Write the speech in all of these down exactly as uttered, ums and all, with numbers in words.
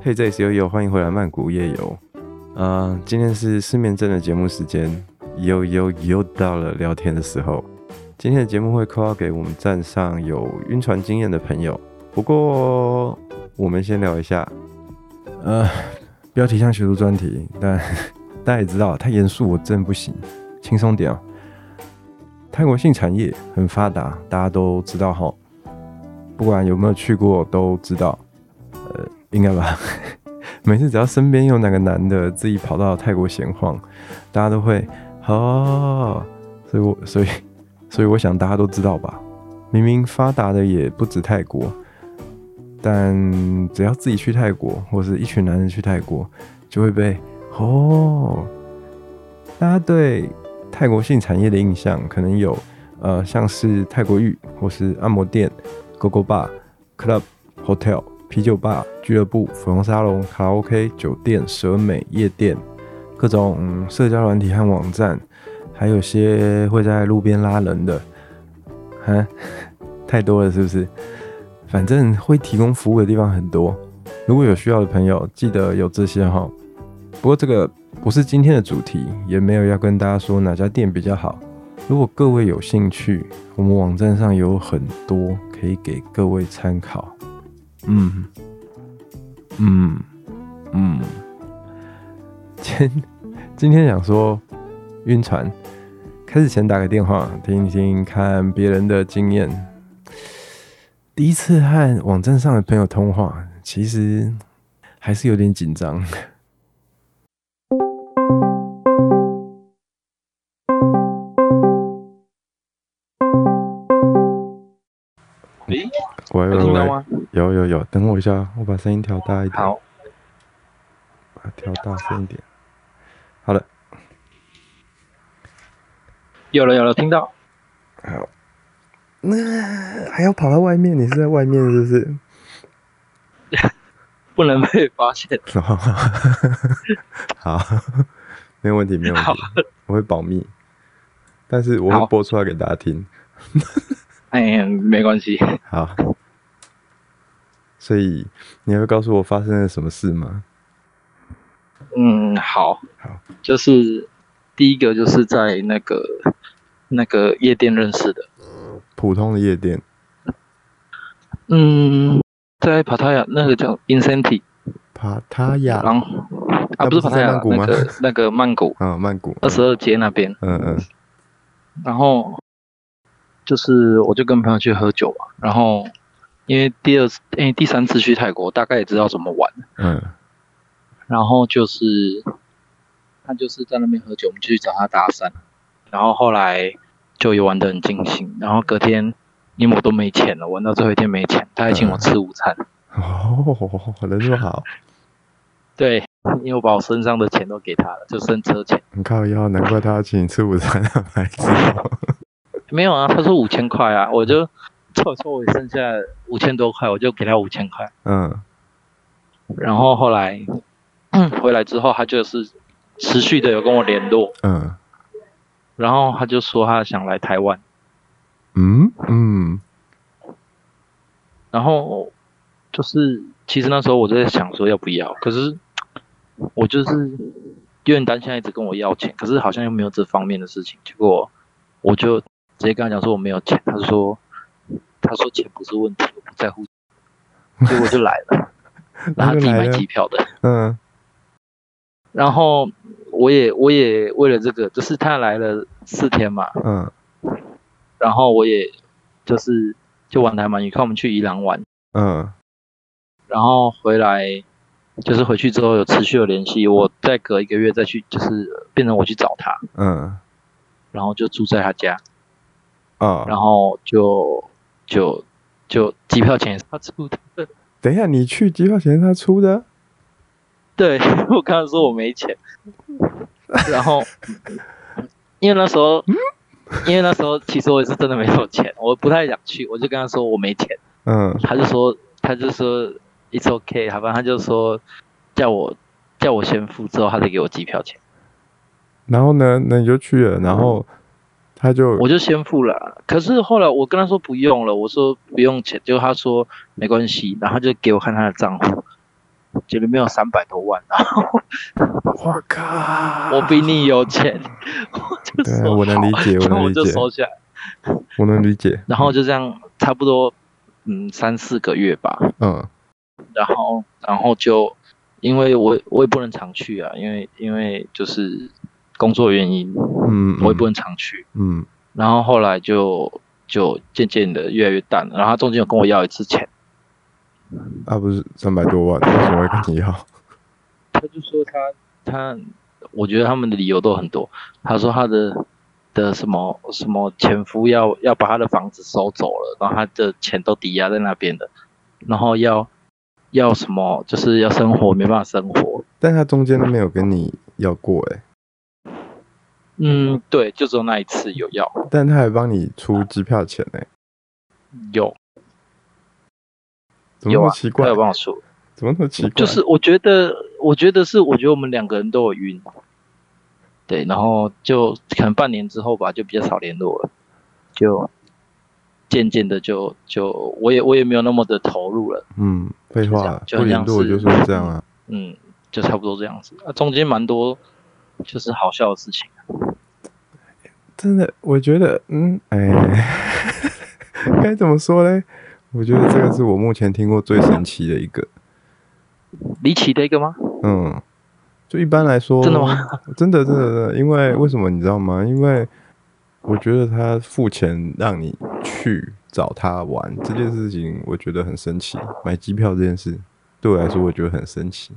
嘿，这里是悠悠，欢迎回来曼谷夜游。呃，今天是失眠症的节目时间，又又又到了聊天的时候。今天的节目会扣号给我们站上有晕船经验的朋友。不过，我们先聊一下，呃，标题像学术专题，但大家也知道，太严肃我真不行，轻松点啊。泰国性产业很发达，大家都知道齁，不管有没有去过都知道，呃，应该吧。每次只要身边有哪个男的自己跑到泰国闲晃，大家都会哦，所以我所以所以我想大家都知道吧。明明发达的也不止泰国，但只要自己去泰国，或是一群男人去泰国，就会被哦，大家对泰国性产业的印象可能有呃像是泰国浴，或是按摩店、Go Go Bar、Club、Hotel。啤酒吧、俱乐部、粉红沙龙、卡拉 OK、酒店、蛇美、夜店，各种、嗯、社交软体和网站，还有些会在路边拉人的，哈，太多了是不是？反正会提供服务的地方很多，如果有需要的朋友，记得有这些哈。不过这个不是今天的主题，也没有要跟大家说哪家店比较好。如果各位有兴趣，我们网站上有很多可以给各位参考。嗯嗯嗯，今今天想说晕船，开始前打个电话听一听，看别人的经验。第一次和网站上的朋友通话，其实还是有点紧张。 诶， 喂喂喂， 有听到吗？ 有有有，等我一下，我把声音调大一点。 好， 把它调大声一点。好了， 有了有了，听到。 好，那还要跑到外面？你是在外面是不是？ 不能被发现。 好，没有问题，没有问题，我会保密，但是我会播出来给大家听。 哎，没关系。 好，所以你会告诉我发生了什么事吗？ 嗯，好， 好， 就是第一个就是在那个那个夜店认识的。 普通的夜店。 嗯，在帕塔亚那个叫 Incentive。 帕塔亚。 然后啊，不是帕塔亚，那个那个曼谷。 嗯，曼谷。 二十二街那边。 嗯嗯。 然后就是我就跟朋友去喝酒嘛，然后因为第二次，因为第三次去泰国，大概也知道怎么玩。 嗯。 然后就是他就是在那边喝酒，我们就去找他搭讪，然后后来就也玩得很尽兴。然后隔天因为我都没钱了，玩到最后一天没钱，他还请我吃午餐。 嗯、哦，人这么好。 对，因为我把我身上的钱都给他了，就剩车钱。 你靠腰，难怪他要请你吃午餐啊，白痴哦。 没有啊，他说五千块啊，我就凑凑我剩下五千多块，我就给他五千块。 嗯。 然后后来。嗯，回来之后他就是持续的有跟我联络， 嗯， 然后他就说他想来台湾， 嗯嗯， 然后就是其实那时候我在想说要不要，可是我就是有点担心他一直跟我要钱，可是好像又没有这方面的事情，结果我就直接跟他讲说我没有钱，他说他说钱不是问题，我不在乎，结果就来了，然后他自己买机票的， 嗯。 然后我也我也为了这个，就是他来了四天嘛， 嗯， 然后我也就是就玩得还蛮愉快，我们去宜兰玩， 嗯， 然后回来就是回去之后有持续的联系，我再隔一个月再去，就是变成我去找他， 嗯， 然后就住在他家， 哦， 然后就就就机票钱也是他出的。 等一下，你去机票钱是他出的？ 对，我刚才说我没钱，然后因为那时候，因为那时候其实我也是真的没有钱，我不太想去，我就跟他说我没钱， 嗯， 他就说他就说 it's okay， 好吧，他就说叫我叫我先付，之后他再给我机票钱。 然后呢，那你就去了，然后他就我就先付了，可是后来我跟他说不用了，我说不用钱，结果他说没关系，然后他就给我看他的账户。 就里面有三百多万，然后我靠， 我比你有钱，我就对啊， 说我能理解，我好，然后我就能理解， 收下来， 我能理解。 然后就这样差不多嗯三四个月吧， 嗯然后然后就因为我我也不能常去啊，因为因为就是工作原因， 嗯我也不能常去， 嗯， 然后后来就就渐渐的越来越淡了，然后他中间有跟我要一次钱， 啊不是三百多万，为什么会跟你要？ 他就说他他，我觉得他们的理由都很多，他说他的的什么什么前夫要要把他的房子收走了，然后他的钱都抵押在那边的，然后要要什么就是要生活没办法生活， 但他中间都没有跟你要过哎、 嗯，对，就只有那一次有要但他还帮你出机票钱哎、 有怎么有啊， 那么奇怪？ 他有帮我出， 怎么那么奇怪？ 就是我觉得我觉得是我觉得我们两个人都有晕，对，然后就可能半年之后吧，就比较少联络了，就渐渐的就就我也我也没有那么的投入了， 嗯，废话， 就不联很像是络就是会这样啊。 嗯，就差不多这样子。啊，中间蛮多就是好笑的事情。 真的，我觉得，嗯，哎，该怎么说嘞？我觉得这个是我目前听过最神奇的一个。 离奇的一个吗？ 嗯，就一般来说， 真的吗？ 真的，真的，真的，因为为什么你知道吗？因为我觉得他付钱让你去找他玩这件事情，我觉得很神奇。买机票这件事对我来说，我觉得很神奇。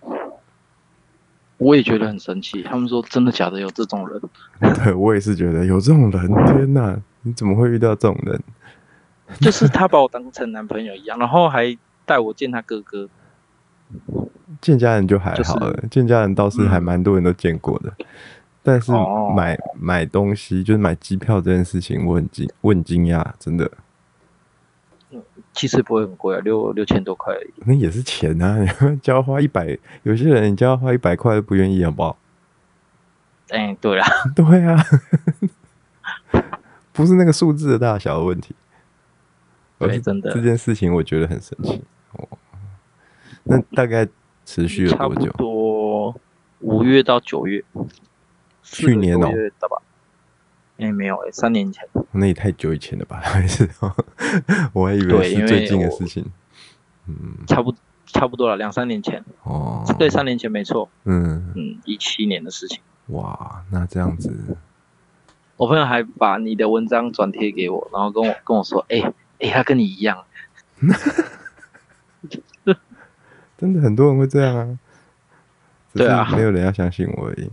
我也觉得很神奇。他们说真的假的有这种人？ 对我也是觉得有这种人，天哪，你怎么会遇到这种人？ 就是他把我当成男朋友一样，然后还带我见他哥哥。 见家人就还好了， 就是、 见家人倒是还蛮多人都见过的。嗯、但是买、 哦、 买东西，就是买机票这件事情，我很惊，我很惊讶，真的。 嗯，其实不会很贵啊，六六千多块而已。 那也是钱啊，你叫他花一百，有些人你叫他花一百块都不愿意，好不好？ 哎、欸，对啦， 对啊，不是那个数字的大小的问题。 对，真的这件事情我觉得很神奇。哦，那大概持续了多久？ 差不多五月到九月。 去年哦、 喔，吧？哎、欸，没有哎、欸，三年前。 那也太久以前了吧？还是我还以为是最近的事情。 嗯，差不差不多了，两三年前。哦，对，三年前没错。嗯嗯，一七年的事情。 哇，那这样子， 我朋友还把你的文章转贴给我，然后跟我跟我说，哎、欸、哎、欸，他跟你一样。 真的很多人会这样啊。 对啊， 没有人要相信我而已。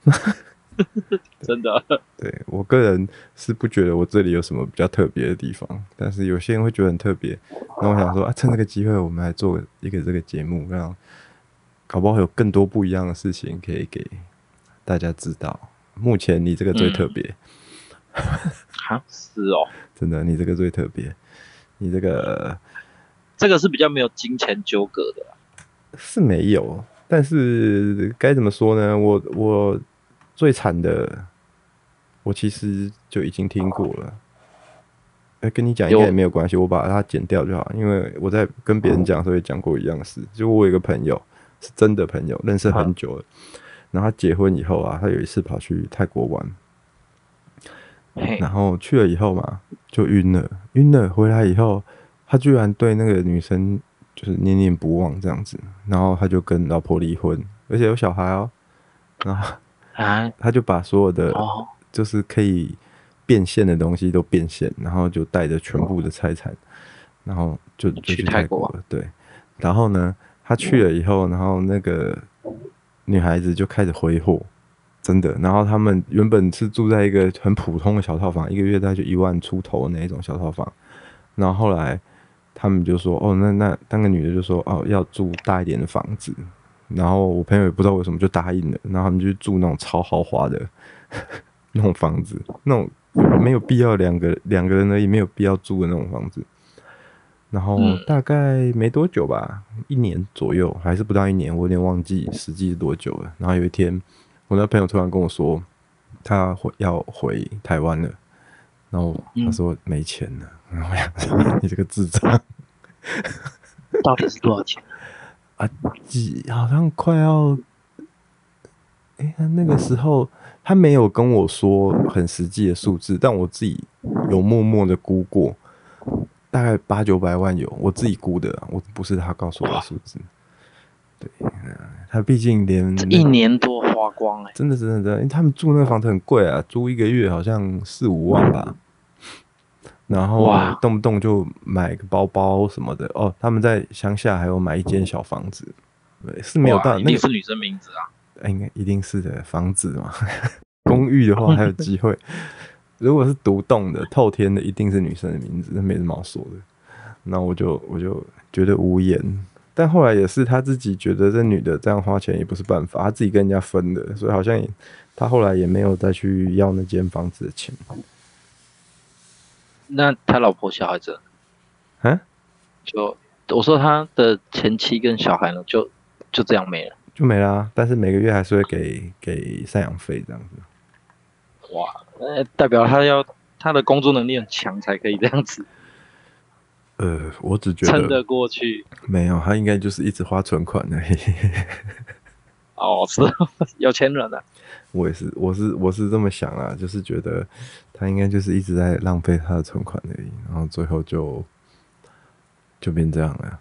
真的， 对我个人是不觉得我这里有什么比较特别的地方，但是有些人会觉得很特别。那我想说啊，趁这个机会，我们来做一个这个节目，让搞不好有更多不一样的事情可以给大家知道。目前你这个最特别。 啊、嗯，是哦， 真的，你这个最特别，你这个这个是比较没有金钱纠葛的， 是没有。但是该怎么说呢？我我最惨的，我其实就已经听过了。欸、跟你讲应该也没有关系，我把它剪掉就好。因为我在跟别人讲的时候也讲过一样的事，就我有一个朋友是真的朋友，认识很久了。然后他结婚以后啊，他有一次跑去泰国玩，然后去了以后嘛，就晕了，晕了回来以后，他居然对那个女生就是念念不忘这样子，然后他就跟老婆离婚，而且有小孩哦。然后他就把所有的就是可以变现的东西都变现，然后就带着全部的财产，然后就就去泰国了。对，然后呢，他去了以后，然后那个女孩子就开始挥霍，真的。然后他们原本是住在一个很普通的小套房，一个月大概就一万出头的那一种小套房，然后后来他们就说，哦，那那那个女的就说，哦，要住大一点的房子。然后我朋友也不知道为什么就答应了，然后他们就住那种超豪华的那种房子，那种没有必要两个两个人而已没有必要住的那种房子。然后大概没多久吧，一年左右还是不到一年，我有点忘记实际是多久了。然后有一天，我那朋友突然跟我说，他回要回台湾了，然后他说没钱了，然后我想说你这个智障， 到底是多少钱？ 啊，几好像快要，哎、他那个时候他没有跟我说很实际的数字，但我自己有默默的估过，大概八九百万有，我自己估的，我不是他告诉我的数字。对，他毕竟连这一年多花光哎、欸， 真的真的真的，因为他们住那个房子很贵啊，租一个月好像四五万吧。然后动不动就买个包包什么的哦。他们在乡下还有买一间小房子，对，是没有到那个， 一定是女生名字啊， 欸、应该一定是的，房子嘛。公寓的话还有机会，如果是独栋的、透天的，一定是女生的名字，那没什么好说的。那我就我就觉得无言。但后来也是他自己觉得这女的这样花钱也不是办法，他自己跟人家分的，所以好像他后来也没有再去要那间房子的钱。 那他老婆小孩子， 啊？ 就我说他的前妻跟小孩呢，就就这样没了， 就没啦、啊。但是每个月还是会给给赡养费这样子。 哇，呃，代表他要他的工作能力很强才可以这样子。 呃，我只觉得撑得过去。 没有，他应该就是一直花存款而已。 哦，是有钱人啊。 我也是，我是我是这么想啊，就是觉得他应该就是一直在浪费他的存款而已，然后最后就就变这样了。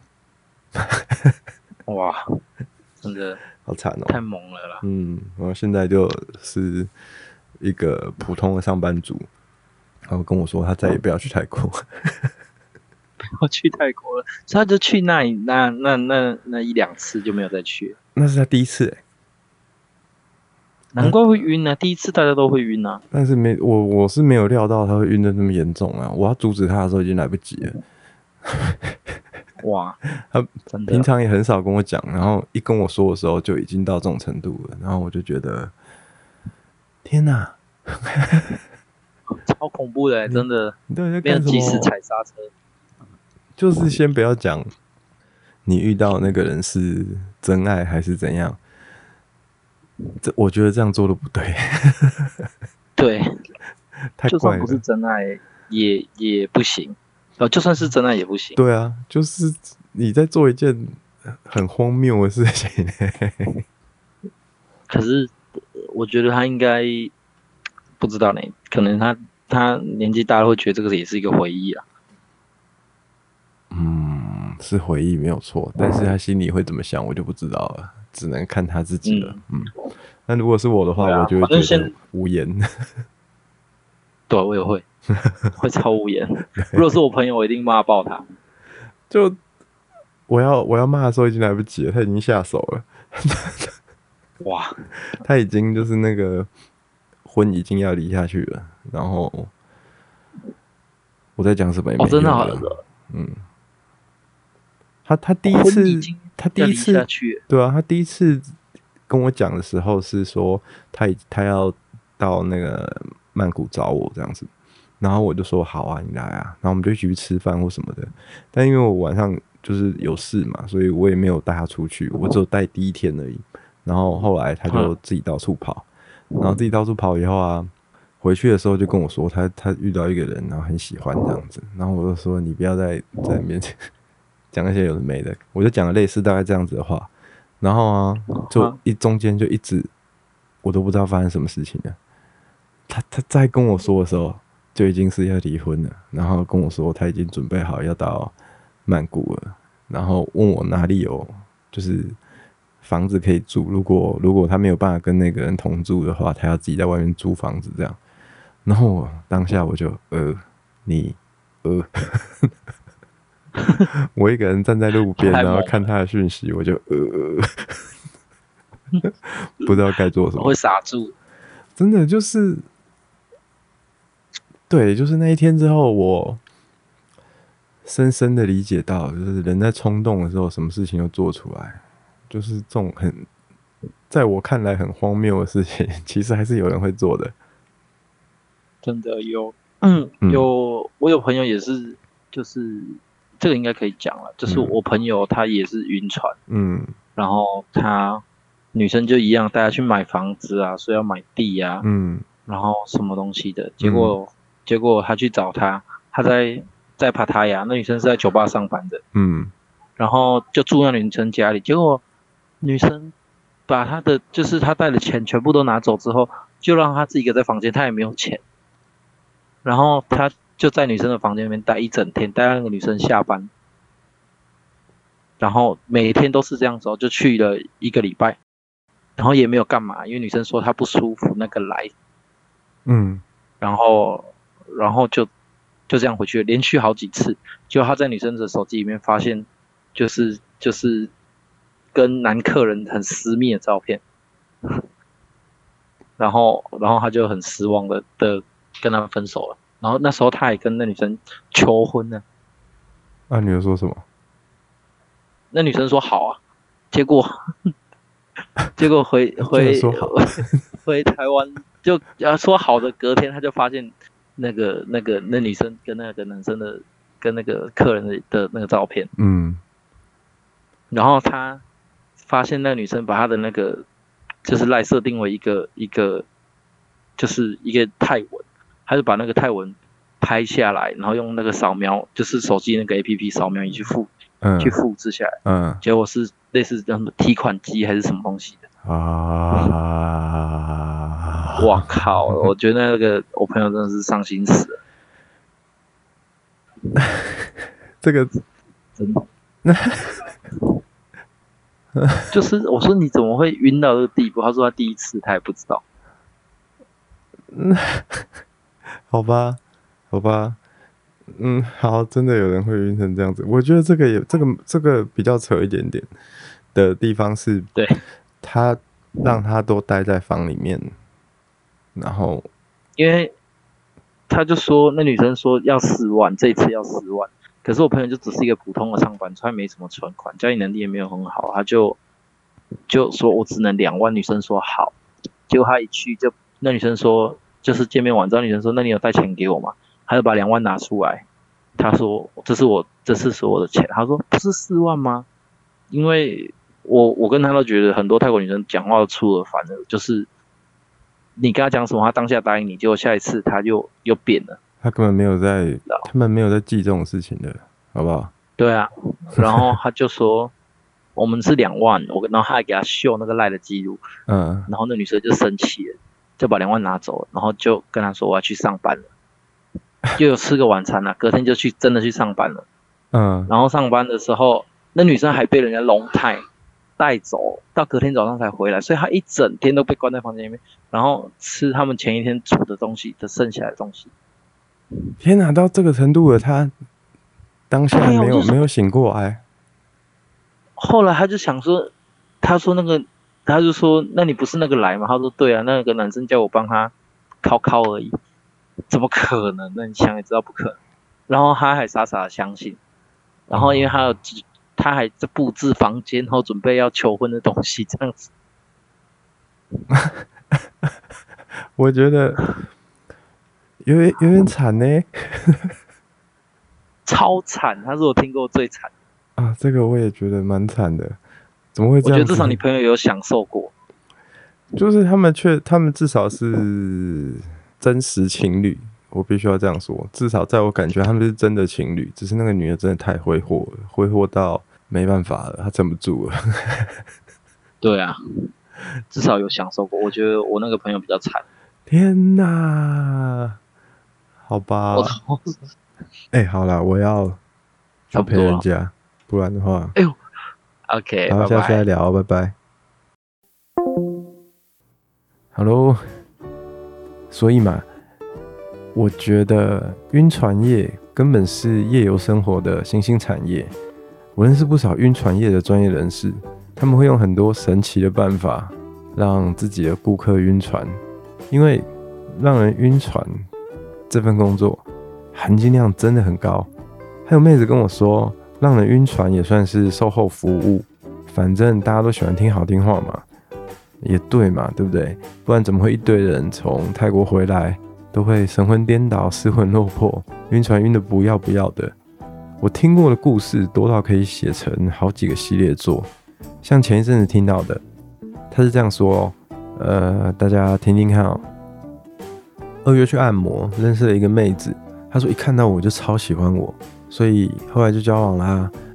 哇，真的好惨哦， 太猛了啦。 嗯，然后现在就是一个普通的上班族，然后跟我说他再也不要去泰国。 我去泰国了，所以他就去那那那那那一两次就没有再去。 那是他第一次哎、欸， 难怪会晕啊！第一次大家都会晕啊。 但是没我我是没有料到他会晕得那么严重啊！我要阻止他的时候已经来不及了。 哇， 他真的平常也很少跟我讲，然后一跟我说的时候就已经到这种程度了，然后我就觉得天哪！ 超恐怖的、欸，真的， 你到底在没有干什么？ 及时踩刹车。 就是先不要讲你遇到那个人是真爱还是怎样，这我觉得这样做的不对。 对， 太就算不是怪了。 真爱也也不行，哦，就算是真爱也不行。 对啊，就是你在做一件很荒谬的事情。 可是我觉得他应该不知道呢，可能他他年纪大了会觉得这个也是一个回忆啊。 嗯，是回忆没有错，但是他心里会怎么想，我就不知道了，只能看他自己了。嗯，那、嗯、如果是我的话， 啊、 我就会觉得无言。 对，我也会，会超无言。如果是我朋友，我一定骂爆他。 就我要我要骂的时候已经来不及了，他已经下手了。 哇， 他已经就是那个婚已经要离下去了，然后我在讲什么也没用的。 哦，真的、啊， 嗯。他他第一次，他第一次，对啊，他第一次跟我讲的时候是说他他要到那个曼谷找我这样子，然后我就说好啊，你来啊，然后我们就一起去吃饭或什么的。但因为我晚上就是有事嘛，所以我也没有带他出去，我只有带第一天而已。然后后来他就自己到处跑，然后自己到处跑以后啊，回去的时候就跟我说他他遇到一个人，然后很喜欢这样子，然后我就说你不要再在面前讲那些有的没的，我就讲了类似大概这样子的话，然后啊，就一中间就一直我都不知道发生什么事情了。他他在跟我说的时候就已经是要离婚了，然后跟我说他已经准备好要到曼谷了，然后问我哪里有就是房子可以住，如果如果他没有办法跟那个人同住的话，他要自己在外面租房子这样。然后我当下我就呃你呃。我一个人站在路边，然后看他的讯息，我就呃，不知道该做什么， 会傻住。 真的就是，对，就是那一天之后，我深深的理解到，就是人在冲动的时候，什么事情都做出来，就是这种很，在我看来很荒谬的事情，其实还是有人会做的。 真的有，嗯，有，我有朋友也是，就是。这个应该可以讲了，就是我朋友他也是晕船，嗯，然后他女生就一样带他去买房子啊，说要买地啊，嗯，然后什么东西的，结果、嗯、结果他去找他，他在在帕塔亚，那女生是在酒吧上班的，嗯， 然后就住那女生家里，结果女生把她的就是她带的钱全部都拿走之后，就让她自己一个在房间，她也没有钱，然后她就在女生的房间里面待一整天，待到那个女生下班，然后每天都是这样子，就去了一个礼拜，然后也没有干嘛，因为女生说她不舒服，那个来， 嗯， 然后然后就就这样回去了，连续好几次，结果他在女生的手机里面发现，就是就是跟男客人很私密的照片，然后然后他就很失望的的跟他分手了，然后那时候他还跟那女生求婚呢。 那、啊、女的说什么？ 那女生说好啊，结果结果回回回台湾就要说好的，隔天他就发现那个那个那女生跟那个男生的跟那个客人的的那个照片， 嗯， 然后他发现那个女生把他的那个就是赖设定为一个一个就是一个泰文，他就把那个泰文拍下来，然后用那个扫描就是手机那个 A P P 扫描仪去复。嗯、去复制下来，嗯，结果是类似什么提款机还是什么东西的啊！哇靠！我觉得那个我朋友真的是伤心死了。 这个真的，就是我说你怎么会晕到这个地步？他说他第一次他也不知道。 好吧，好吧。嗯，好，真的有人会晕成这样子。我觉得这个也，这个这个比较扯一点点的地方是， 对， 他让他都待在房里面，然后， 因为他就说那女生说要四万，这一次要四万，可是我朋友就只是一个普通的上班族，他没什么存款，家里能力也没有很好，他就就说我只能两万，女生说好，结果他一去就那女生说就是见面完之后，女生说那你有带钱给我吗？他就把两万拿出来，他说：“这是我，这是所有的钱。”他说：“不是四万吗？”因为我我跟他都觉得很多泰国女生讲话都出尔反尔，就是你跟他讲什么，他当下答应你，结果下一次他就又变了。 他根本没有在，他们没有在记这种事情的，好不好？ 对啊，然后他就说我们是两万，我然后他还给他秀那个赖的记录，嗯，然后那女生就生气了，就把两万拿走了，然后就跟他说我要去上班了。又有吃个晚餐了、啊，隔天就去真的去上班了。嗯，然后上班的时候，那女生还被人家龙泰带走，到隔天早上才回来，所以她一整天都被关在房间里面，然后吃他们前一天煮的东西的剩下的东西。 天哪，到这个程度了，他当下没有没有醒过来。 后来他就想说，他说那个，他就说，那你不是那个来吗？他说对啊，那个男生叫我帮他敲敲而已。怎么可能？那你想也知道不可能。然后他还傻傻的相信，然后因为他有，他还在布置房间，然后准备要求婚的东西，这样子。 我觉得有点有点惨呢， 超惨，他是我听过最惨啊！这个我也觉得蛮惨的，怎么会这样子？ 我觉得至少你朋友有享受过， 就是他们却，他们至少是真实情侣，我必须要这样说。至少在我感觉，他们是真的情侣，只是那个女的真的太挥霍了，挥霍到没办法了，她撑不住了。 对啊，至少有享受过。我觉得我那个朋友比较惨。 天哪，好吧。哎、欸，好啦，我要去陪人家，不然的话， 哎呦 ，OK， 好，下次再聊，拜拜。Hello。所以嘛，我觉得晕船业根本是夜游生活的新兴产业。我认识不少晕船业的专业人士，他们会用很多神奇的办法让自己的顾客晕船。因为让人晕船这份工作含金量真的很高。还有妹子跟我说，让人晕船也算是售后服务，反正大家都喜欢听好听话嘛。也对嘛，对不对？不然怎么会一堆人从泰国回来都会神魂颠倒、失魂落魄、晕船晕得不要不要的？我听过的故事多到可以写成好几个系列作。像前一阵子听到的，他是这样说，呃，大家听听看哦。二月去按摩，认识了一个妹子，她说一看到我就超喜欢我，所以后来就交往啦。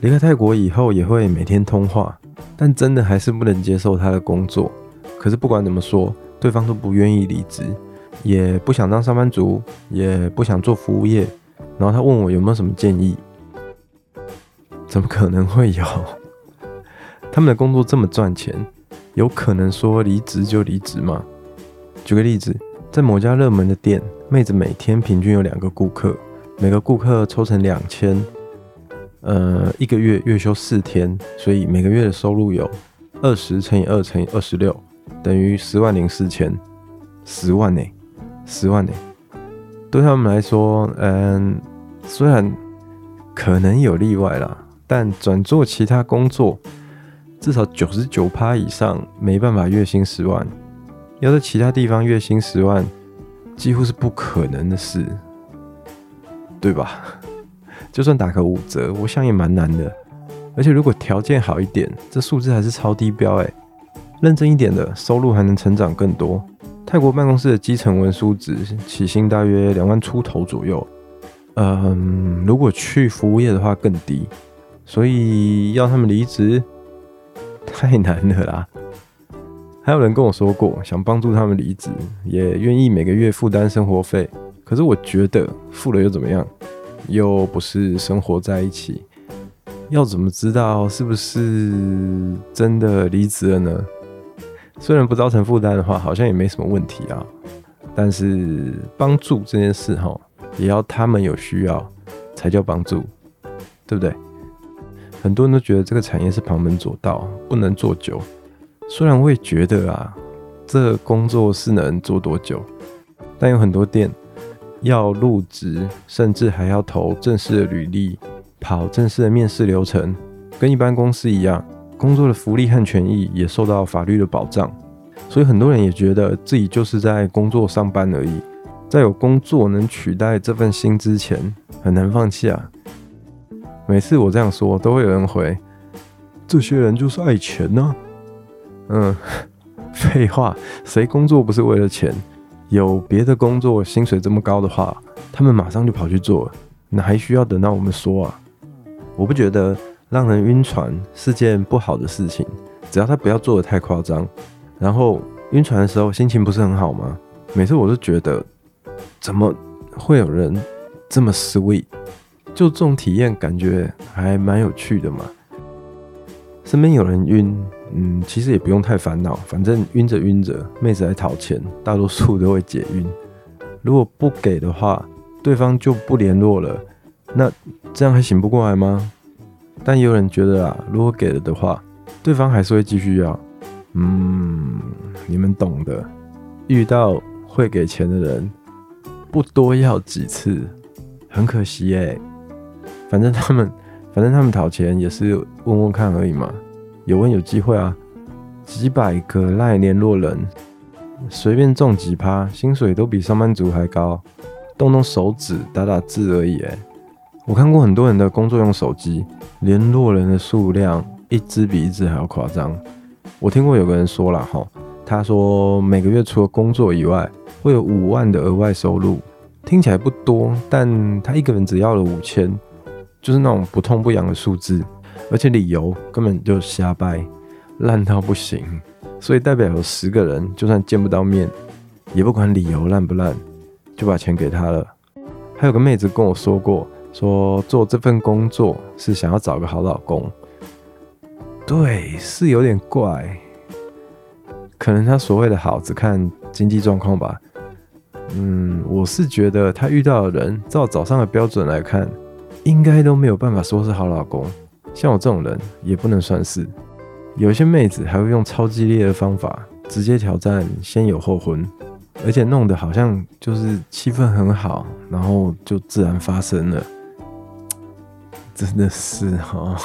离开泰国以后也会每天通话，但真的还是不能接受他的工作。可是不管怎么说，对方都不愿意离职，也不想当上班族，也不想做服务业。然后他问我有没有什么建议，怎么可能会有？他们的工作这么赚钱，有可能说离职就离职吗？举个例子，在某家热门的店，妹子每天平均有两个顾客，每个顾客抽成两千，呃，一个月月休四天，所以每个月的收入有二十乘以二乘以二十六，等于十万零四千，十万呢、欸，十万呢、欸，对他们来说，嗯，虽然可能有例外啦，但转做其他工作，至少 百分之九十九 以上没办法月薪十万，要在其他地方月薪十万，几乎是不可能的事，对吧？就算打个五折，我想也蛮难的。而且如果条件好一点，这数字还是超低标欸。认真一点的，收入还能成长更多。泰国办公室的基层文书职起薪大约两万出头左右，嗯，如果去服务业的话更低，所以要他们离职太难了啦。还有人跟我说过，想帮助他们离职，也愿意每个月负担生活费。可是我觉得付了又怎么样？又不是生活在一起，要怎么知道是不是真的离职了呢？虽然不造成负担的话，好像也没什么问题啊。但是帮助这件事齁，也要他们有需要才叫帮助，对不对？很多人都觉得这个产业是旁门左道，不能做久。虽然我也觉得啊，这工作是能做多久，但有很多店要入职，甚至还要投正式的履历，跑正式的面试流程，跟一般公司一样，工作的福利和权益也受到法律的保障。所以很多人也觉得自己就是在工作上班而已，在有工作能取代这份薪资前，很难放弃啊。每次我这样说，都会有人回：这些人就是爱钱啊。嗯，废话，谁工作不是为了钱？有别的工作薪水这么高的话，他们马上就跑去做了，哪还需要等到我们说啊？我不觉得让人晕船是件不好的事情，只要他不要做得太夸张。然后晕船的时候心情不是很好吗？每次我都觉得，怎么会有人这么 sweet？ 就这种体验感觉还蛮有趣的嘛。身边有人晕，嗯，其实也不用太烦恼，反正晕着晕着，妹子来讨钱，大多数都会解晕。如果不给的话，对方就不联络了，那这样还醒不过来吗？但也有人觉得啊，如果给了的话，对方还是会继续要。嗯，你们懂的。遇到会给钱的人，不多要几次，很可惜耶、欸。反正他们。反正他们讨钱也是问问看而已嘛，有问有机会啊。几百个赖联络人，随便中几趴，薪水都比上班族还高，动动手指打打字而已欸。我看过很多人的工作用手机，联络人的数量一支比一支还要夸张。我听过有个人说啦齁，他说每个月除了工作以外，会有五万的额外收入，听起来不多，但他一个人只要了五千。就是那种不痛不痒的数字，而且理由根本就瞎掰，烂到不行。所以代表有十个人，就算见不到面，也不管理由烂不烂，就把钱给他了。还有个妹子跟我说过，说做这份工作是想要找个好老公。对，是有点怪。可能他所谓的好，只看经济状况吧。嗯，我是觉得他遇到的人，照早上的标准来看，应该都没有办法说是好老公，像我这种人也不能算是。有些妹子还会用超激烈的方法，直接挑战先有后婚，而且弄得好像就是气氛很好，然后就自然发生了。真的是哦。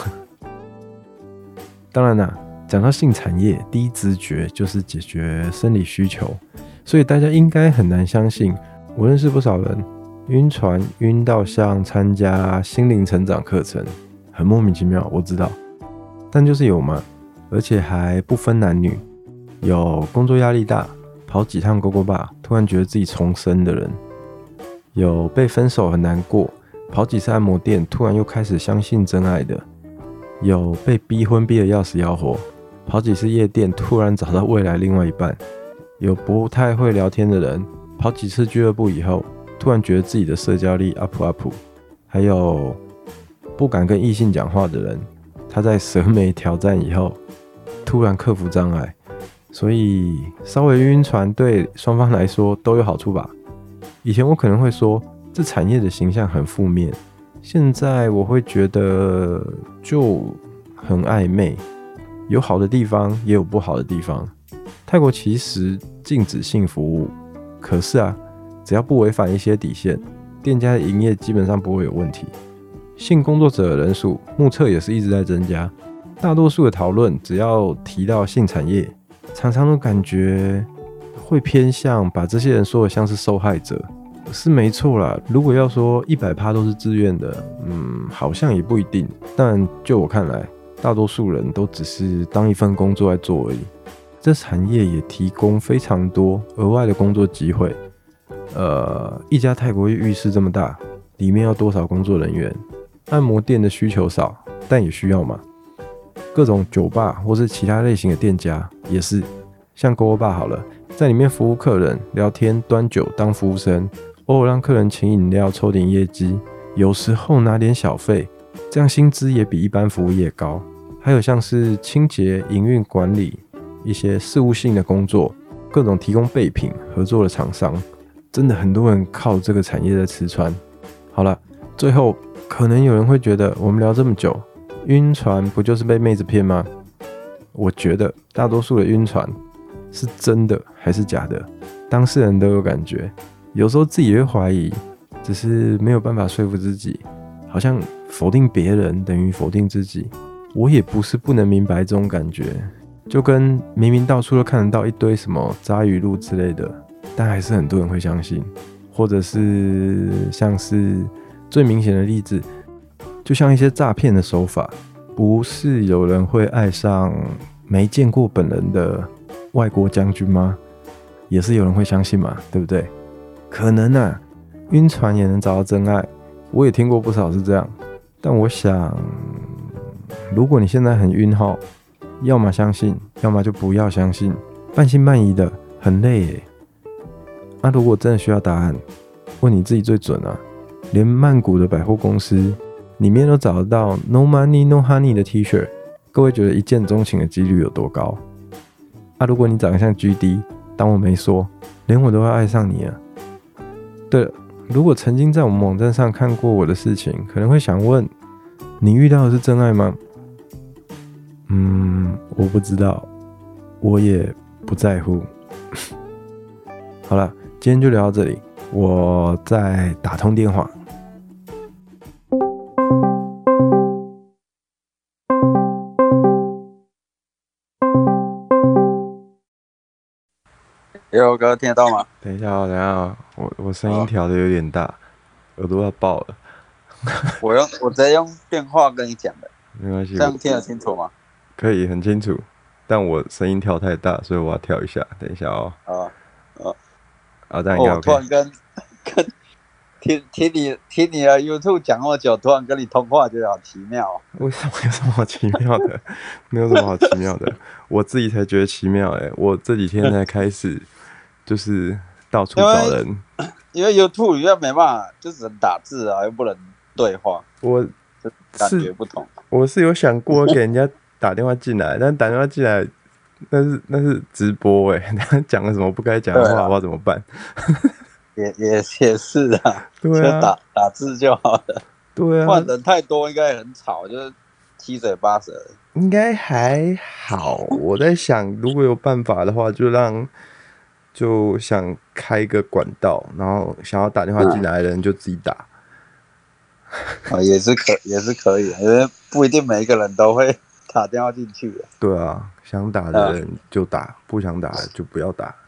当然啦，讲到性产业，第一直觉就是解决生理需求，所以大家应该很难相信，我认识不少人晕船晕到像参加心灵成长课程，很莫名其妙，我知道，但就是有嘛，而且还不分男女，有工作压力大，跑几趟勾勾吧，突然觉得自己重生的人，有被分手很难过，跑几次按摩店，突然又开始相信真爱的， 有被逼婚逼得要死要活，跑几次夜店突然找到未来另外一半，有不太会聊天的人，跑几次俱乐部以后，突然觉得自己的社交力 up up， 还有不敢跟异性讲话的人，他在蛇眉挑战以后，突然克服障碍。所以稍微晕船对双方来说都有好处吧。以前我可能会说这产业的形象很负面，现在我会觉得就很暧昧，有好的地方也有不好的地方。泰国其实禁止性服务，可是啊，只要不违反一些底线，店家的营业基本上不会有问题。性工作者的人数目测也是一直在增加，大多数的讨论只要提到性产业，常常都感觉会偏向把这些人说的像是受害者，是没错啦。如果要说 百分之百 都是自愿的，嗯，好像也不一定。但就我看来，大多数人都只是当一份工作在做而已。这产业也提供非常多额外的工作机会。呃，一家泰国浴室这么大，里面要多少工作人员？按摩店的需求少，但也需要嘛。各种酒吧或是其他类型的店家也是，像篝火吧好了，在里面服务客人、聊天、端酒、当服务生，偶尔让客人请饮料、抽点业绩，有时候拿点小费，这样薪资也比一般服务业高。还有像是清洁、营运管理一些事务性的工作，各种提供备品合作的厂商，真的很多人靠这个产业在吃穿。好了，最后可能有人会觉得我们聊这么久，晕船不就是被妹子骗吗？我觉得大多数的晕船是真的还是假的，当事人都有感觉，有时候自己也会怀疑，只是没有办法说服自己，好像否定别人等于否定自己。我也不是不能明白这种感觉，就跟明明到处都看得到一堆什么杂语录之类的，但还是很多人会相信，或者是像是最明显的例子，就像一些诈骗的手法，不是有人会爱上没见过本人的外国将军吗？也是有人会相信嘛，对不对？可能啊，晕船也能找到真爱，我也听过不少是这样。但我想，如果你现在很晕号，要么相信，要么就不要相信，半信半疑的很累耶。那、啊、如果真的需要答案，问你自己最准啊。连曼谷的百货公司里面都找得到 No Money No Honey 的 T 恤，各位觉得一见钟情的几率有多高？啊，如果你长得像 G D， 当我没说，连我都会爱上你啊。对了，如果曾经在我们网站上看过我的事情，可能会想问，你遇到的是真爱吗？嗯，我不知道，我也不在乎。好了，今天就聊到这里，我再打通电话。 有哥听得到吗？ 等一下哦，等一下哦，我我声音调的有点大，耳朵要爆了。 我用我直接用电话跟你讲的， 没关系， 这样听得清楚吗？ 可以很清楚，但我声音调太大，所以我要调一下。等一下哦。 啊啊啊，这样应该 OK。 我突然跟跟听听你听你的 YouTube 讲那么久，突然跟你通话，觉得好奇妙哦。 为什么有什么好奇妙的？没有什么好奇妙的，我自己才觉得奇妙哎、欸！我这几天才开始，就是到处找人， 因为 YouTube 里面没办法，就只能打字啊，又不能对话， 我就感觉不同。 我是有想过给人家打电话进来，但打电话进来那是那是直播哎、欸，他讲了什么不该讲的话，我不知道怎么办。 也也也是啊， 对啊， 就打打字就好了。 对啊， 换人太多应该很吵，就是七嘴八舌。 应该还好，我在想，如果有办法的话，就让就想开一个管道，然后想要打电话进来的人就自己打。 啊，也是可也是可以，因为不一定每一个人都会打电话进去的。 对啊，想打的人就打，不想打的就不要打。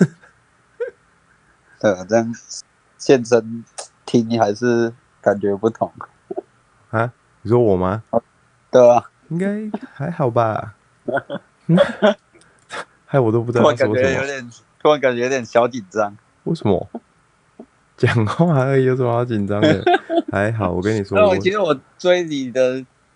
对啊，这样现身听还是感觉不同啊？你说我吗？ 对啊， 应该还好吧。嗯、害我都不知道说什么。 突然感觉有点，突然感觉有点小紧张。 为什么？讲话而已，有什么好紧张的？还好，我跟你说， 那我其实我追你的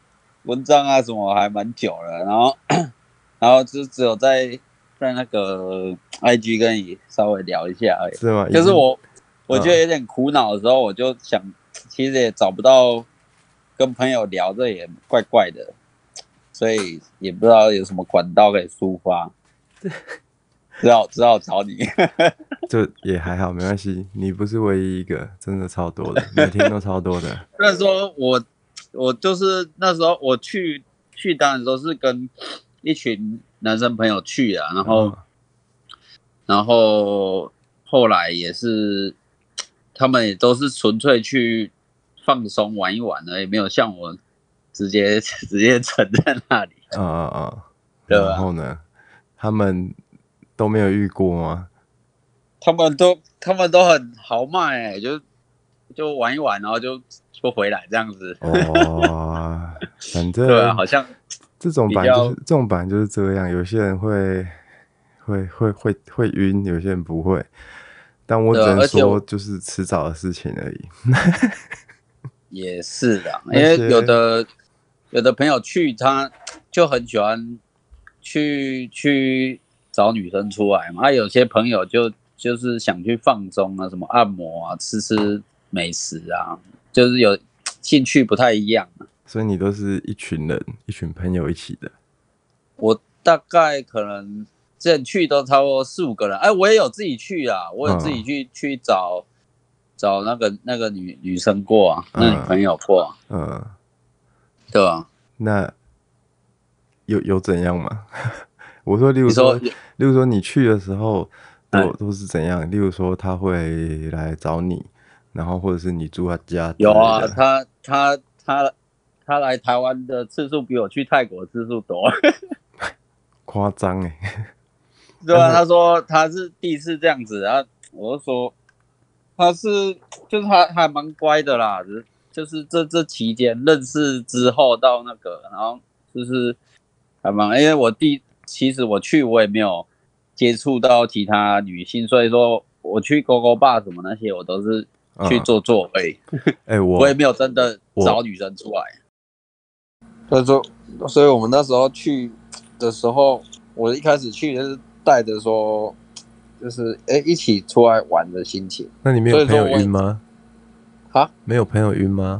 文章啊什么还蛮久了，然后然后就只有在在那个 I G 跟你稍微聊一下而已。 是吗？ 就是我我觉得有点苦恼的时候，我就想，其实也找不到跟朋友聊，这也怪怪的，所以也不知道有什么管道可以抒发，只好只好找你。 就也还好，没关系，你不是唯一一个，真的超多的，每天都超多的。 那时候我我就是那时候我去去当然都是跟一群男生朋友去啊，然后、嗯、然后后来也是他们也都是纯粹去放松玩一玩而已，没有像我直接直接沉在那里。 啊啊啊！ 对吧？ 然后呢？他们都没有遇过吗？ 他们都他们都很豪迈哎、欸，就就玩一玩，然后就就回来这样子。 哦，反正对啊，好像这种版就是这种版就是这样，有些人会会会会会晕，有些人不会。但我只能说，就是迟早的事情而已。 也是的，因为有的有的朋友去，他就很喜欢去去找女生出来嘛。啊，有些朋友就就是想去放松啊，什么按摩啊，吃吃美食啊，就是有兴趣不太一样、啊。 所以你都是一群人，一群朋友一起的。 我大概可能之前去都差不多四五个人，哎，我也有自己去啊，我有自己去、嗯、去找找那个那个女女生过啊，那女朋友过、啊，嗯，嗯对吧、啊？ 那有有怎样吗？我说，例如说，例如说你去的时候都、嗯、都是怎样？例如说他会来找你，然后或者是你住他家。 有啊，他他他他来台湾的次数比我去泰国的次数多。 夸张哎！ 对啊，他说他是第一次这样子，然后我就说他是就是他还蛮乖的啦，就是这这期间认识之后到那个，然后就是还蛮，因为我第其实我去我也没有接触到其他女性，所以说我去勾勾吧什么那些我都是去做做而已， 哎、嗯欸、我我也没有真的找女生出来。所以说，所以我们那时候去的时候，我一开始去就是带着说，就是哎、欸、一起出来玩的心情。 那你没有朋友晕吗？ 哈？ 没有朋友晕吗？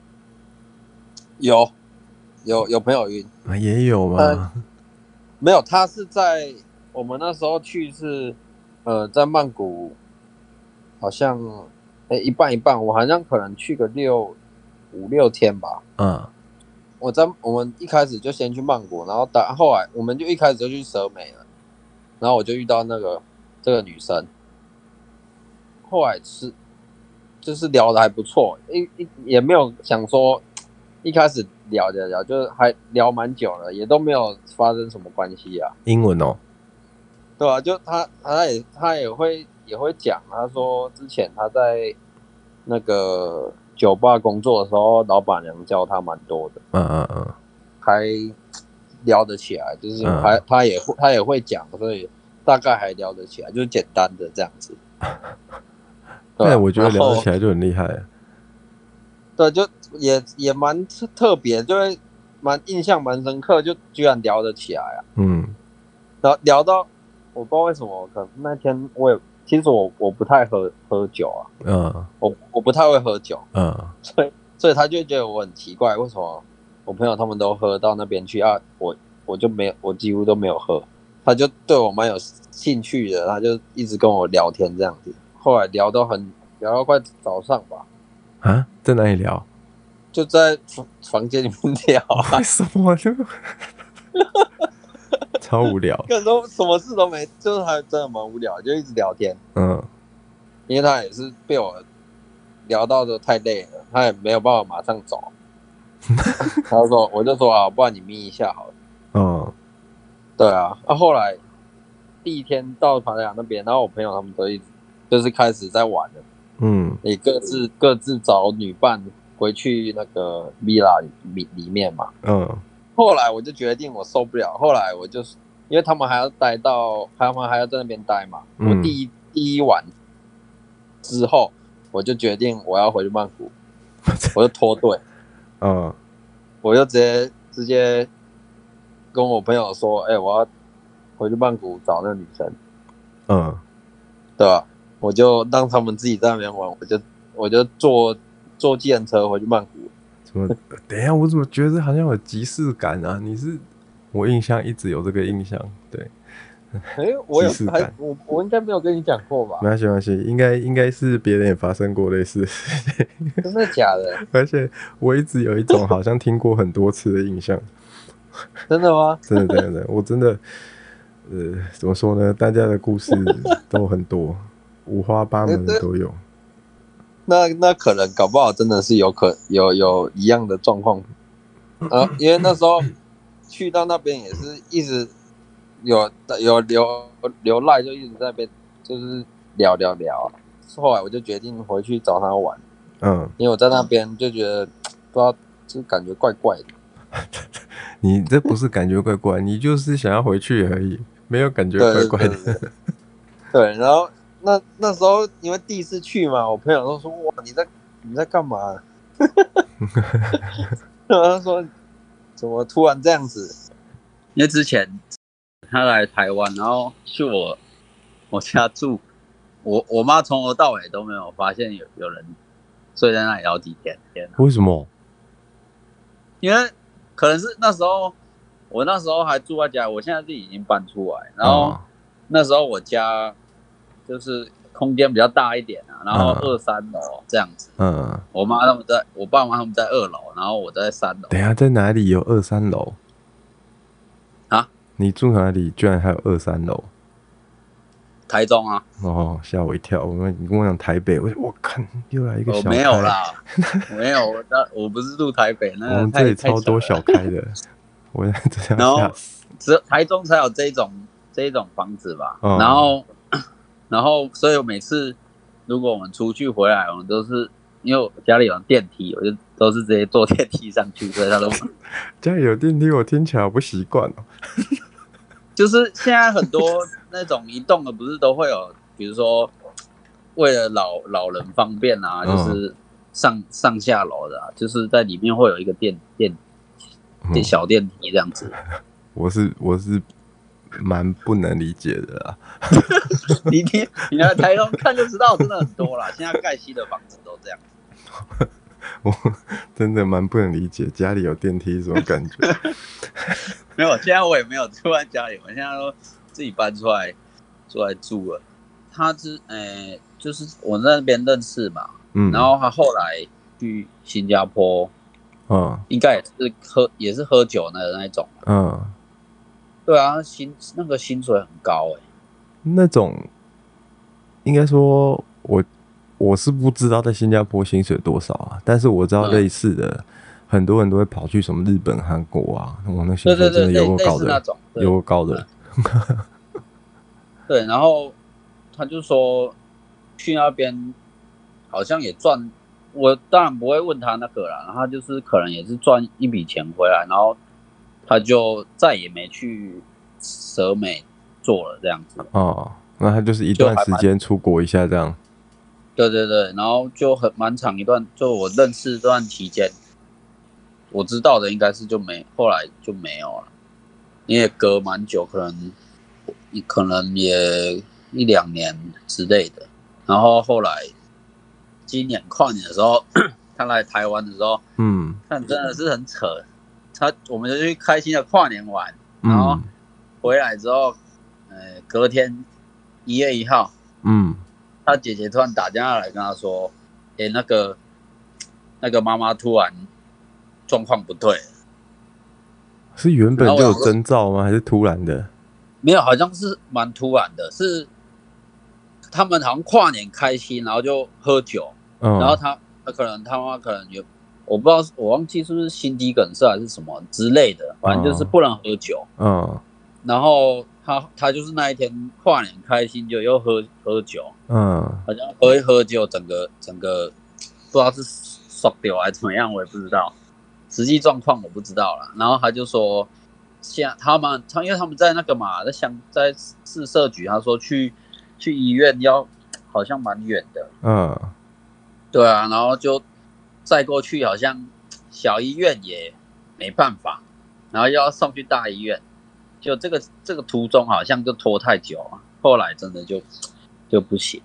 有，有有朋友晕啊，也有吗、 呃？没有，他是在我们那时候去是，呃，在曼谷，好像哎、欸、一半一半，我好像可能去个六五六天吧。嗯。我在我们一开始就先去曼谷，然后打后来我们就一开始就去蛇美了，然后我就遇到那个这个女生，后来是就是聊得还不错，一一也没有想说一开始聊聊聊，就是还聊蛮久了，也都没有发生什么关系啊。 英文哦， 对啊，就他他也他也会也会讲，他说之前他在那个酒吧工作的时候，老板娘教他蛮多的， 嗯嗯嗯， 还聊得起来，就是还、嗯、他也他也会讲，所以大概还聊得起来，就是简单的这样子。 对、啊，我觉得聊得起来就很厉害了。 对，就也也蛮特别，就会蛮印象蛮深刻，就居然聊得起来啊。嗯，然后聊到我不知道为什么，可能那天我也。其实我我不太喝喝酒啊，嗯，我我不太会喝酒，嗯，所以所以他就觉得我很奇怪，为什么我朋友他们都喝到那边去啊，我我就没有，我几乎都没有喝，他就对我蛮有兴趣的，他就一直跟我聊天这样子，后来聊到很聊到快早上吧， 啊，在哪里聊？ 就在房间里面聊、啊， 为什么就？超无聊， 根本都什么事都没，就是还真的蛮无聊，就一直聊天。嗯，因为他也是被我聊到的太累了，他也没有办法马上走。他就说，我就说啊，不然你眯一下好了。嗯，对啊。那、啊、后来第一天到帕塔亚那边，然后我朋友他们都一直就是开始在玩了。嗯，也各自各自找女伴回去那个 villa 里里面嘛。嗯。后来我就决定我受不了，后来我就因为他们还要待到，他们还要在那边待嘛。嗯、我第一第一晚之后，我就决定我要回去曼谷，我就脱队。嗯，我就直接直接跟我朋友说，哎、欸，我要回去曼谷找那个女生。 嗯， 对吧？我就让他们自己在那边玩，我就我就坐坐计程车回去曼谷。 怎么？等一下，我怎么觉得好像有即视感啊？你是我印象一直有这个印象，对。 哎、欸，我有还我我应该没有跟你讲过吧？ 没关系，没关系，应该应该是别人也发生过类似的事情。 真的假的？ 而且我一直有一种好像听过很多次的印象。 真的吗？ 真的真的，我真的，呃，怎么说呢？大家的故事都很多，五花八门的都有。 那那可能搞不好真的是有可有有一样的状况啊，因为那时候去到那边也是一直有有留留赖，就一直在那边就是聊聊聊。后来我就决定回去找他玩，嗯，因为我在那边就觉得不知道，就感觉怪怪的。 你这不是感觉怪怪，你就是想要回去而已，没有感觉怪怪的。 对, 对, 对, 对, 对，然后那那时候因为第一次去嘛，我朋友都说哇你在你在干嘛？然后他说怎么突然这样子？ 因为之前他来台湾，然后去我我家住，我我妈从头到尾都没有发现有有人睡在那里好几天。天为什么？ 因为可能是那时候我那时候还住在家，我现在自己已经搬出来，然后那时候我家就是空间比较大一点啊，然后二三楼这样子。嗯，我妈他们在，我爸妈他们在二楼，然后我在三楼。 等一下在哪里有二三楼？ 啊？ 你住哪里？居然还有二三楼？ 台中啊。 哦，吓我一跳！我你跟我讲台北，我我看又来一个小开。 我没有啦，没有，我我不是住台北，那我们这里超多小开的，我真的要吓死。 只有台中才有这一种这一种房子吧？嗯、然后，然后，所以我每次如果我们出去回来，我们都是因为我家里有电梯，我就都是直接坐电梯上去，所以他都家里有电梯，我听起来好不习惯哦。 就是现在很多那种移动的，不是都会有，比如说为了老老人方便啊，就是上、嗯、上下楼的、啊，就是在里面会有一个电电电小电梯这样子。 我是我是蛮不能理解的啦。 你你你来台中看就知道，真的很多啦。现在盖新的房子都这样。 我真的蛮不能理解家里有电梯什么感觉。 没有，现在我也没有住在家里，我现在都自己搬出来出来住了。他是呃、欸，就是我在那边认识嘛，嗯，然后他后来去新加坡，嗯，应该也是喝也是喝酒的那种，嗯，对啊，薪那个薪水很高哎、欸， 那种应该说我我是不知道在新加坡薪水多少啊，但是我知道类似的。嗯，很多人都会跑去什么日本、韩国啊，哇，那薪水真的有够高的，有够高的。 对，然后他就说去那边好像也赚，我当然不会问他那个啦，然后他就是可能也是赚一笔钱回来，然后他就再也没去蛇美做了这样子。 哦，那他就是一段时间出国一下这样。 对对对，然后就很蛮长一段，就我认识这段期间。我知道的应该是就没，后来就没有了，因为隔蛮久，可能可能也一两年之类的。然后后来今年跨年的时候，他来台湾的时候，嗯，看真的是很扯。他我们就去开心的跨年玩，然后回来之后，呃，隔天一月一号，嗯，他姐姐突然打电话来跟他说，哎、欸，那个那个妈妈突然。状况不对， 是原本就有征兆吗？还是突然的？ 没有，好像是蛮突然的。是他们好像跨年开心，然后就喝酒，嗯、然后他他可能他妈可能有，我不知道，我忘记是不是心肌梗塞还是什么之类的，反正就是不能喝酒。嗯，然后他他就是那一天跨年开心，就又喝喝酒，嗯，好像喝一喝酒，整个整个不知道是爽掉还是怎么样，我也不知道。实际状况我不知道啦，然后他就说，现他们他因为他们在那个嘛，在乡在市社局，他说去去医院要好像蛮远的，嗯，对啊，然后就再过去好像小医院也没办法， 然后又要送去大医院，就这个这个途中好像就拖太久了，后来真的就就不行。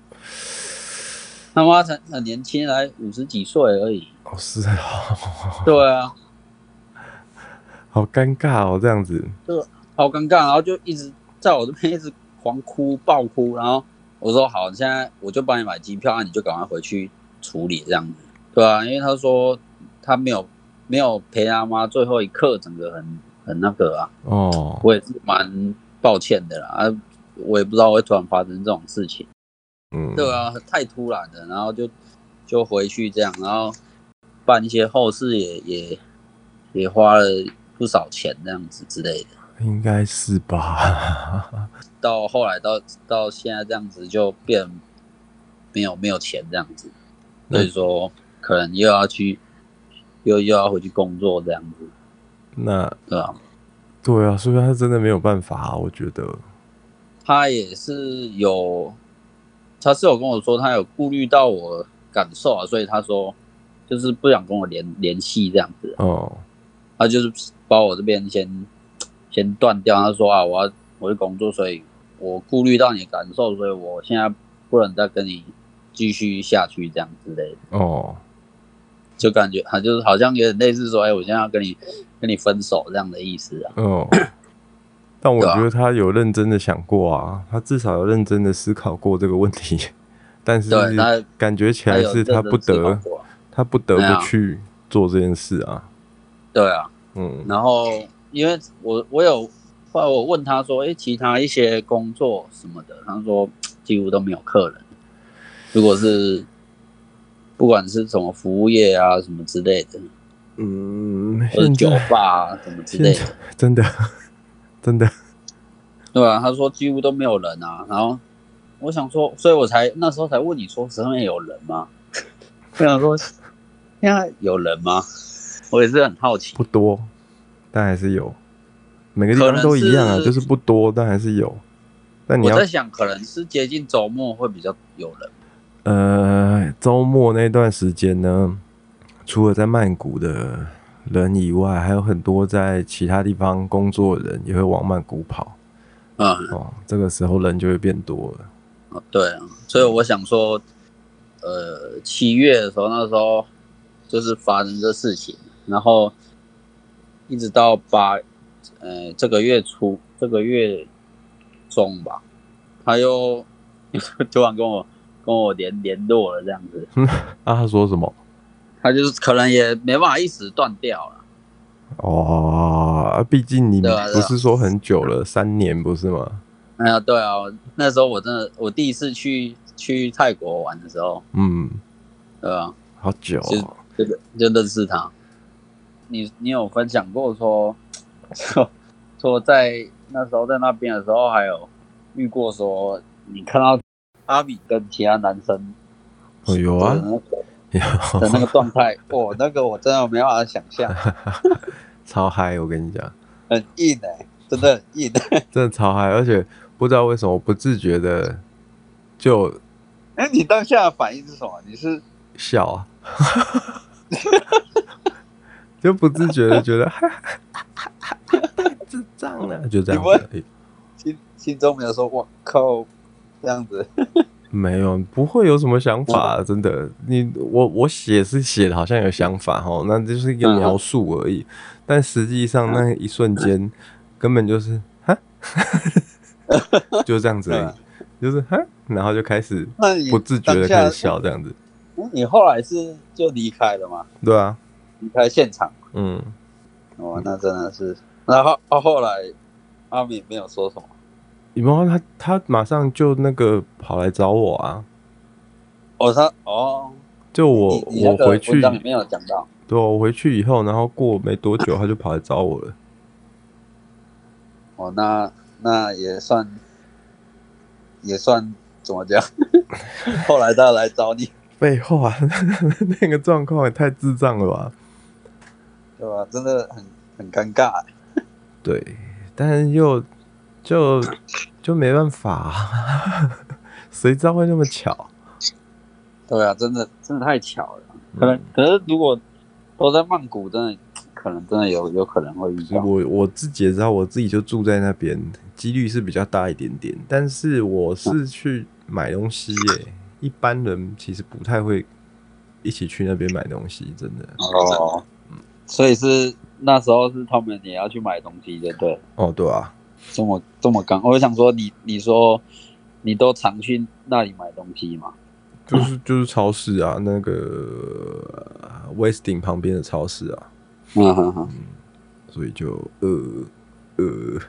他妈才很年轻，才五十几岁而已。 哦，是啊。 对啊。 好尴尬哦，这样子。 就好尴尬，然后就一直在我这边一直狂哭爆哭，然后我说好，现在我就帮你买机票，那你就赶快回去处理这样子，对啊，因为他说他没有没有陪他妈最后一刻，整个很很那个啊。哦。我也是蛮抱歉的啦，啊，我也不知道会突然发生这种事情。嗯。对啊，太突然了，然后就就回去这样，然后办一些后事也也也花了不少钱这样子之类的。 应该是吧。 到后来到到现在这样子就变没有没有钱这样子，所以说可能又要去又又要回去工作这样子。 那对啊， 对啊，所以他真的没有办法啊，我觉得。 他也是有，他是有跟我说他有顾虑到我感受啊，所以他说就是不想跟我联联系这样子。哦。他就是把我这边先。先断掉，他说啊，我要我去工作，所以我顾虑到你的感受，所以我现在不能再跟你继续下去这样之类的。哦，就感觉他就是好像有点类似说，哎、欸，我现在要跟你跟你分手这样的意思啊。哦， 但我觉得他有认真的想过啊，他至少有认真的思考过这个问题，但是感觉起来是他不得他, 他不得不去做这件事啊。 对啊，嗯，然后。因为我我有后来我问他说，哎、欸，其他一些工作什么的，他说几乎都没有客人。如果是不管是什么服务业啊什么之类的，嗯，或者酒吧啊什么之类的， 真的真的， 对啊，他说几乎都没有人啊。然后我想说，所以我才那时候才问你说，上面有人吗？我想说，现在有人吗？我也是很好奇。 不多。但还是有，每个地方都一样啊，就是不多，但还是有。但你要我在想，可能是接近周末会比较有人。 呃，周末那段时间呢，除了在曼谷的人以外，还有很多在其他地方工作的人也会往曼谷跑。嗯，哦，这个时候人就会变多了。 哦，对啊，所以我想说，呃，七月的时候，那时候就是发生这事情，然后。一直到八，呃，这个月初，这个月中吧，他又突然跟我跟我联联络了这样子。 啊，他说什么？ 他就是可能也没办法一时断掉了。 哦，毕竟你不是说很久了，三年不是吗？ 哎呀，对啊，那时候我真的，我第一次去去泰国玩的时候，嗯，对啊， 好久、哦， 就就就认识他。你你有分享过说，说说在那时候在那边的时候，还有遇过说你看到阿米跟其他男生， 哦有啊， 的那个状态，哦，那个我真的没办法想象， 超嗨，我跟你讲， 很硬哎、欸，真的很硬、欸， 真的超嗨，而且不知道为什么不自觉的就， 哎、欸，你当下的反应是什么？你是笑啊。就不自觉的觉得太智障了，就这样子而已。 心心中没有说我靠这样子， 没有，不会有什么想法、啊，真的。你我我写是写的好像有想法哈，那就是一个描述而已。嗯、但实际上那一瞬间、嗯、根本就是哈，就这样子而已，就是哈，然后就开始不自觉的开始笑这样子。 你后来是就离开了吗？ 对啊。 离开现场，嗯，哦，那真的是，然后到后来，阿米没有说什么， 你们他他马上就那个跑来找我啊， 哦，他哦， 就我你你我回去里面有讲到， 对、啊，我回去以后，然后过没多久他就跑来找我了， 哦，那那也算也算怎么讲，后来他来找你， 废话，那个状况也太智障了吧。 对吧？真的很很尴尬。 对，但又就就没办法，谁知道会那么巧？ 对啊，真的真的太巧了。可能、嗯、可是如果都在曼谷，真的可能真的有有可能会遇到。 我我自己也知道，我自己就住在那边，几率是比较大一点点。但是我是去买东西耶、欸，一般人其实不太会一起去那边买东西，真的。 哦，嗯，所以是那时候是他们也要去买东西，对不对？ 哦，对啊，这么这么刚，我想说你你说你都常去那里买东西吗？ 就是就是超市啊，那个 Westin 旁边的超市啊， 嗯哼哼， 所以就呃呃，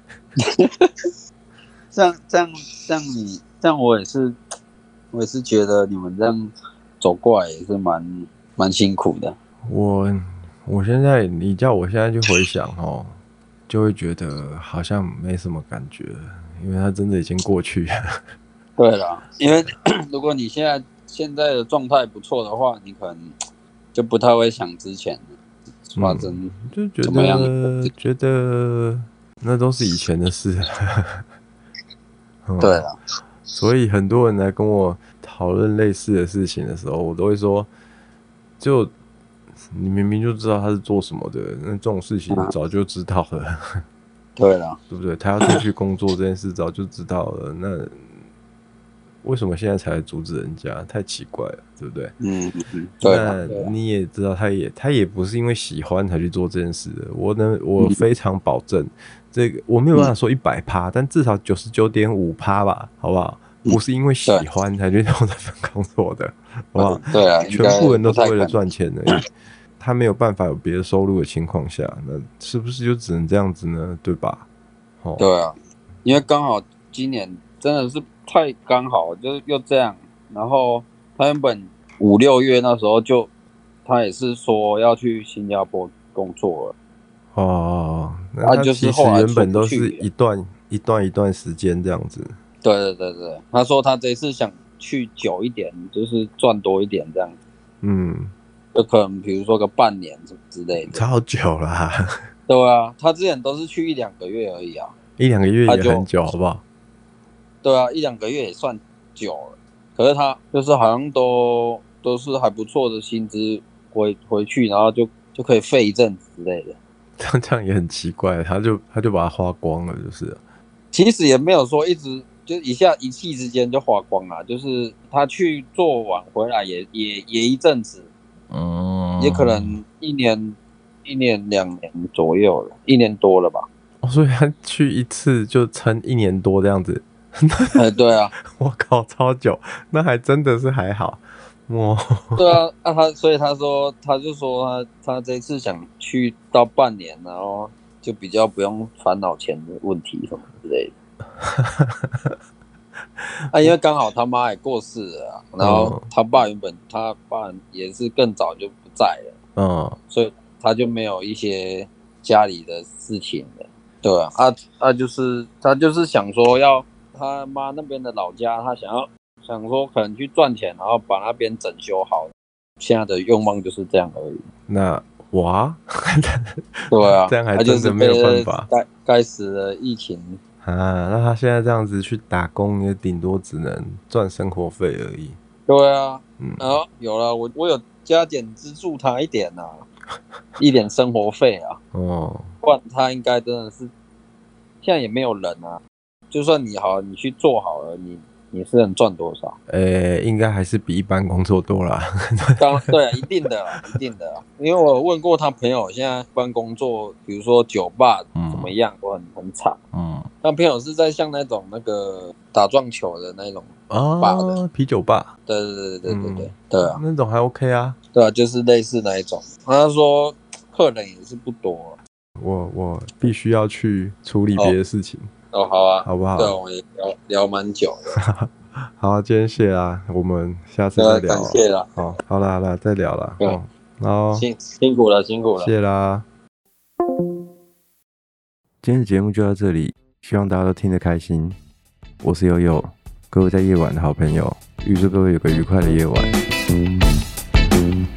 这样这样这样你这样我也是我也是觉得你们这样走过来也是蛮蛮辛苦的。 我我现在你叫我现在去回想哦，就会觉得好像没什么感觉，因为它真的已经过去了。 对啦，因为如果你现在现在的状态不错的话，你可能就不太会想之前发生、 嗯、就觉得觉得那都是以前的事。 嗯、对啊， 所以很多人来跟我讨论类似的事情的时候，我都会说，就你明明就知道他是做什么的，那这种事情早就知道了。嗯、 对啦， 对不对？他要出去工作这件事早就知道了，那为什么现在才来阻止人家？太奇怪了，对不对？ 嗯嗯，对。 那你也知道，他也他也不是因为喜欢才去做这件事的。我能，我非常保证，嗯、这个我没有办法说一百趴，但至少九十九点五趴吧，好不好？不是因为喜欢才去做这份工作的，好不好？ 对啊， 全部人都是为了赚钱而已。他没有办法有别的收入的情况下，那是不是就只能这样子呢？对吧？ 哦，对啊，因为刚好今年真的是。太刚好，就是又这样。然后他原本五六月那时候就，他也是说要去新加坡工作了。 哦，那他其实原本都是一段一段一段时间这样子。 对对对对，他说他这次想去久一点，就是赚多一点这样子。 嗯， 就可能比如说个半年什么之类的。 超久啦。 对啊，他之前都是去一两个月而已啊。 一两个月也很久，好不好？ 对啊，一两个月也算久了，可是他就是好像都都是还不错的薪资，回回去然后就就可以废一阵子之类的。 这样也很奇怪，他就他就把它花光了，就是了。 其实也没有说一直就一下一气之间就花光了，就是他去做完回来也也也一阵子，嗯，也可能一年一年两年左右了，一年多了吧。 哦，所以他去一次就撑一年多这样子。 哎，对啊， 我靠，超久，那还真的是还好，哇。 对啊，啊他所以他说，他就说他他这次想去到半年，然后就比较不用烦恼钱的问题什么之类的。啊，因为刚好他妈也过世了啊，然后他爸原本他爸也是更早就不在了，嗯，所以他就没有一些家里的事情了，对啊，啊啊就是他就是想说要。他妈那边的老家，他想要想说可能去赚钱，然后把那边整修好。现在的愿望就是这样而已。 那哇， 对啊， 这样还真的没有办法。 该该死的疫情啊！那他现在这样子去打工，也顶多只能赚生活费而已。 对啊，嗯，然后有了，我我有加减资助他一点啊，一点生活费啊。哦，不然他应该真的是现在也没有人啊。就算你好，你去做好了，你你是能赚多少？ 呃、欸，应该还是比一般工作多啦。 当对啊，一定的啦，一定的啦。因为我问过他朋友，现在一般工作，比如说酒吧怎么样，都很很惨。嗯，他朋友是在像那种那个打撞球的那种吧的、 啊、啤酒吧。 对对对对对对对、嗯、对啊， 那种还 OK 啊。 对啊，就是类似那一种。他说客人也是不多、啊。 我我必须要去处理别的事情。 哦哦，好啊， 好不好？ 对，我们也聊聊蛮久的。 好，今天谢啦，我们下次再聊。 感谢啦。 好，好啦，好啦，再聊啦。 嗯，好，辛辛苦了，辛苦了， 谢啦。今天的节目就到这里，希望大家都听得开心。我是悠悠，各位在夜晚的好朋友，预祝各位有个愉快的夜晚。